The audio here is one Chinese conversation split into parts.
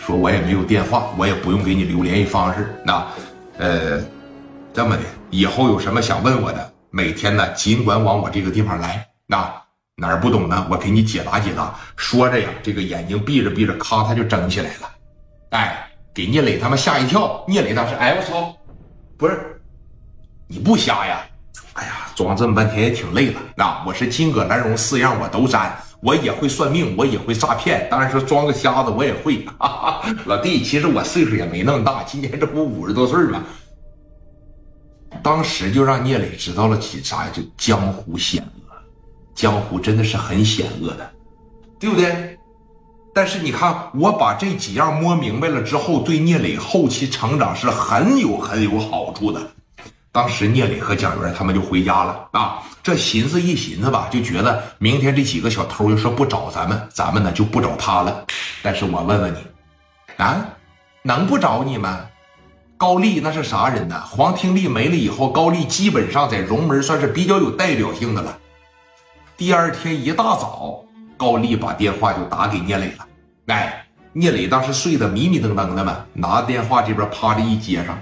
说我也没有电话，我也不用给你留联系方式。那，这么的，以后有什么想问我的，每天呢尽管往我这个地方来。那哪儿不懂呢，我给你解答解答。说着呀，这个眼睛闭着闭着，咔，他就睁起来了。哎，给聂磊他们吓一跳。聂磊当时，哎我操，不是，你不瞎呀？哎呀，装这么半天也挺累了。那我是金戈兰荣4样我都沾，我也会算命，我也会诈骗，当然说装个瞎子我也会。哈哈，老弟，其实我岁数也没那么大，今年这不50多岁吗？当时就让聂磊知道了啥呀？就江湖险恶，江湖真的是很险恶的，对不对？但是你看，我把这几样摸明白了之后，对聂磊后期成长是很有好处的。当时聂磊和蒋元他们就回家了啊，这寻思一寻思吧，就觉得明天这几个小偷要说不找咱们，咱们呢就不找他了。但是我问问你啊，能不找你吗？高丽那是啥人呢？黄廷利没了以后，高丽基本上在荣门算是比较有代表性的了。第二天一大早，高丽把电话就打给聂磊了。哎，聂磊当时睡得迷迷瞪瞪的嘛，拿电话这边趴着一接上。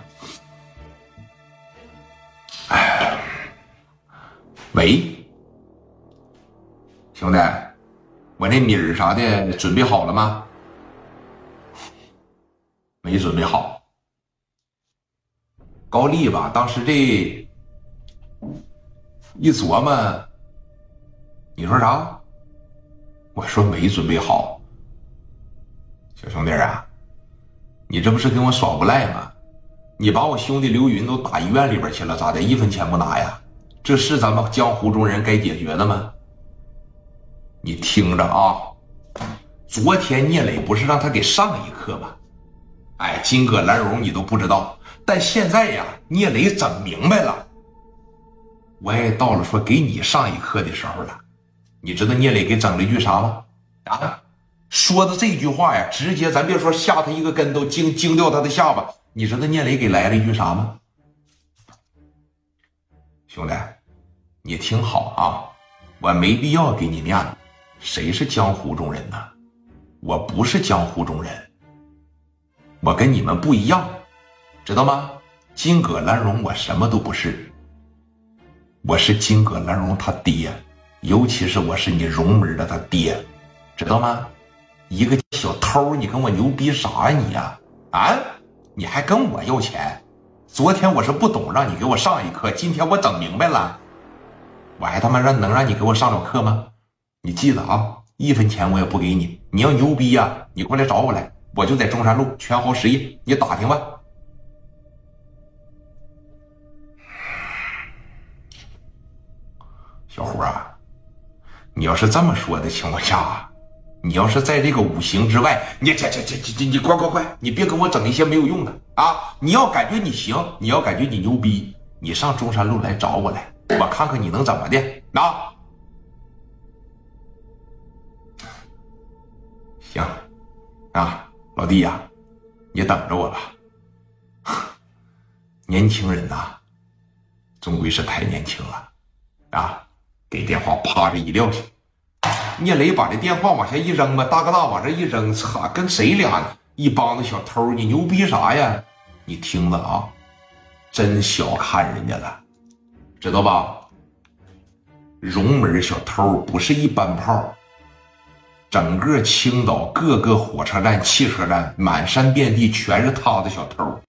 哎，喂，兄弟，我那米儿啥的准备好了吗？没准备好。高丽吧，当时这一琢磨，你说啥？我说没准备好。小兄弟啊，你这不是跟我耍无赖吗？你把我兄弟刘云都打医院里边去了，咋的？1分钱不拿呀？这是咱们江湖中人该解决的吗？你听着啊，昨天聂磊不是让他给上一课吗？哎，金戈兰荣你都不知道，但现在呀，聂磊整明白了，我也到了说给你上一课的时候了。你知道聂磊给整了一句啥吗？啊，说的这句话呀，直接咱别说吓他一个跟头，惊掉他的下巴。你知道聂磊给来了一句啥吗？兄弟，你听好啊，我没必要给你面子。谁是江湖中人呢？我不是江湖中人，我跟你们不一样，知道吗？金戈兰荣我什么都不是，我是金戈兰荣他爹，尤其是我是你荣门的他爹，知道吗？一个小偷，你跟我牛逼啥呀你呀？啊，你还跟我要钱？昨天我是不懂，让你给我上一课，今天我整明白了，我还他妈能让你给我上了课吗？你记得啊，1分钱我也不给你。你要牛逼呀，你过来找我来，我就在中山路全豪11，你打听吧。小伙啊，你要是这么说的情况下，你要是在这个5行之外，你乖，你别跟我整一些没有用的啊！你要感觉你行，你要感觉你牛逼，你上中山路来找我来，我看看你能怎么的啊！行啊，老弟呀，你等着我吧。年轻人呐，终归是太年轻了啊！给电话啪着一撂下。聂磊把这电话往下一扔吧，大哥大往这一扔，操，跟谁俩一帮子小偷？你牛逼啥呀？你听着啊，真小看人家了，知道吧？荣门小偷不是一般炮，整个青岛各个火车站、汽车站，满山遍地全是他的小偷。